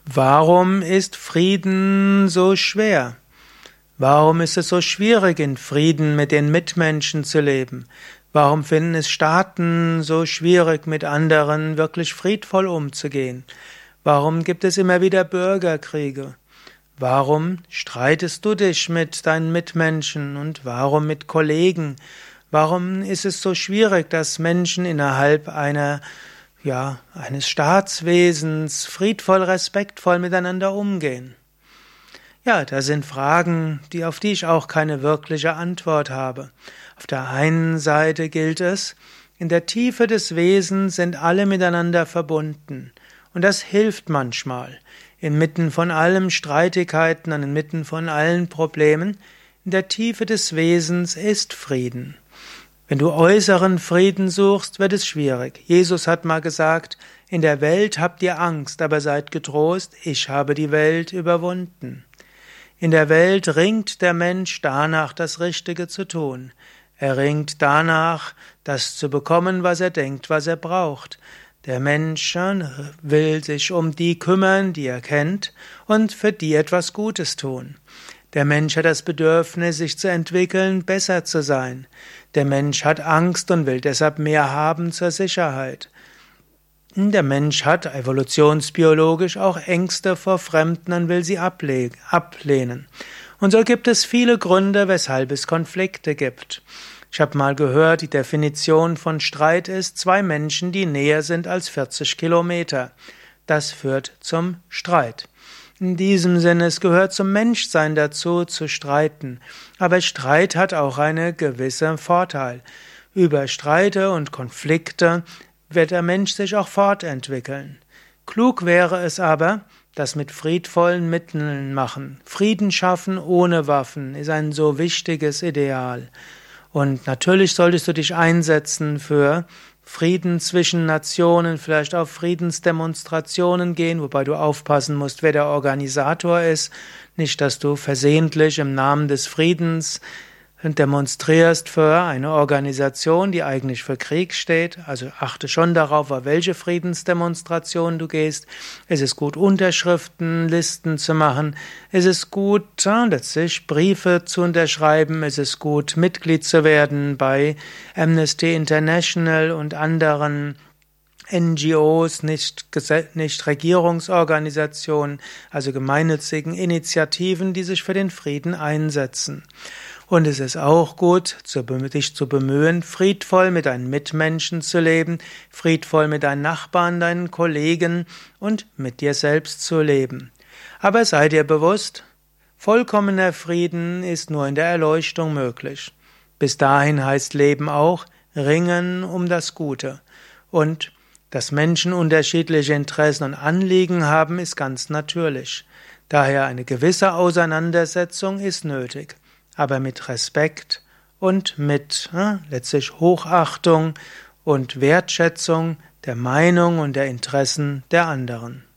Warum ist Frieden so schwer? Warum ist es so schwierig, in Frieden mit den Mitmenschen zu leben? Warum finden es Staaten so schwierig, mit anderen wirklich friedvoll umzugehen? Warum gibt es immer wieder Bürgerkriege? Warum streitest du dich mit deinen Mitmenschen und warum mit Kollegen? Warum ist es so schwierig, dass Menschen innerhalb eines Staatswesens friedvoll, respektvoll miteinander umgehen? Ja, das sind Fragen, auf die ich auch keine wirkliche Antwort habe. Auf der einen Seite gilt es, in der Tiefe des Wesens sind alle miteinander verbunden. Und das hilft manchmal. Inmitten von allen Streitigkeiten und inmitten von allen Problemen, in der Tiefe des Wesens ist Frieden. Wenn du äußeren Frieden suchst, wird es schwierig. Jesus hat mal gesagt, in der Welt habt ihr Angst, aber seid getrost, ich habe die Welt überwunden. In der Welt ringt der Mensch danach, das Richtige zu tun. Er ringt danach, das zu bekommen, was er denkt, was er braucht. Der Mensch will sich um die kümmern, die er kennt, und für die etwas Gutes tun. Der Mensch hat das Bedürfnis, sich zu entwickeln, besser zu sein. Der Mensch hat Angst und will deshalb mehr haben zur Sicherheit. Der Mensch hat evolutionsbiologisch auch Ängste vor Fremden und will sie ablehnen. Und so gibt es viele Gründe, weshalb es Konflikte gibt. Ich habe mal gehört, die Definition von Streit ist zwei Menschen, die näher sind als 40 Kilometer. Das führt zum Streit. In diesem Sinne, es gehört zum Menschsein dazu, zu streiten. Aber Streit hat auch einen gewissen Vorteil. Über Streite und Konflikte wird der Mensch sich auch fortentwickeln. Klug wäre es aber, das mit friedvollen Mitteln machen. Frieden schaffen ohne Waffen ist ein so wichtiges Ideal. Und natürlich solltest du dich einsetzen für Frieden zwischen Nationen, vielleicht auf Friedensdemonstrationen gehen, wobei du aufpassen musst, wer der Organisator ist. Nicht, dass du versehentlich im Namen des Friedens demonstrierst für eine Organisation, die eigentlich für Krieg steht. Also achte schon darauf, auf welche Friedensdemonstration du gehst. Es ist gut, Unterschriftenlisten zu machen. Es ist gut, letztlich Briefe zu unterschreiben. Es ist gut, Mitglied zu werden bei Amnesty International und anderen NGOs, nicht Regierungsorganisationen, also gemeinnützigen Initiativen, die sich für den Frieden einsetzen. Und es ist auch gut, dich zu bemühen, friedvoll mit deinen Mitmenschen zu leben, friedvoll mit deinen Nachbarn, deinen Kollegen und mit dir selbst zu leben. Aber sei dir bewusst, vollkommener Frieden ist nur in der Erleuchtung möglich. Bis dahin heißt Leben auch Ringen um das Gute. Und dass Menschen unterschiedliche Interessen und Anliegen haben, ist ganz natürlich. Daher eine gewisse Auseinandersetzung ist nötig. Aber mit Respekt und mit letztlich Hochachtung und Wertschätzung der Meinung und der Interessen der anderen.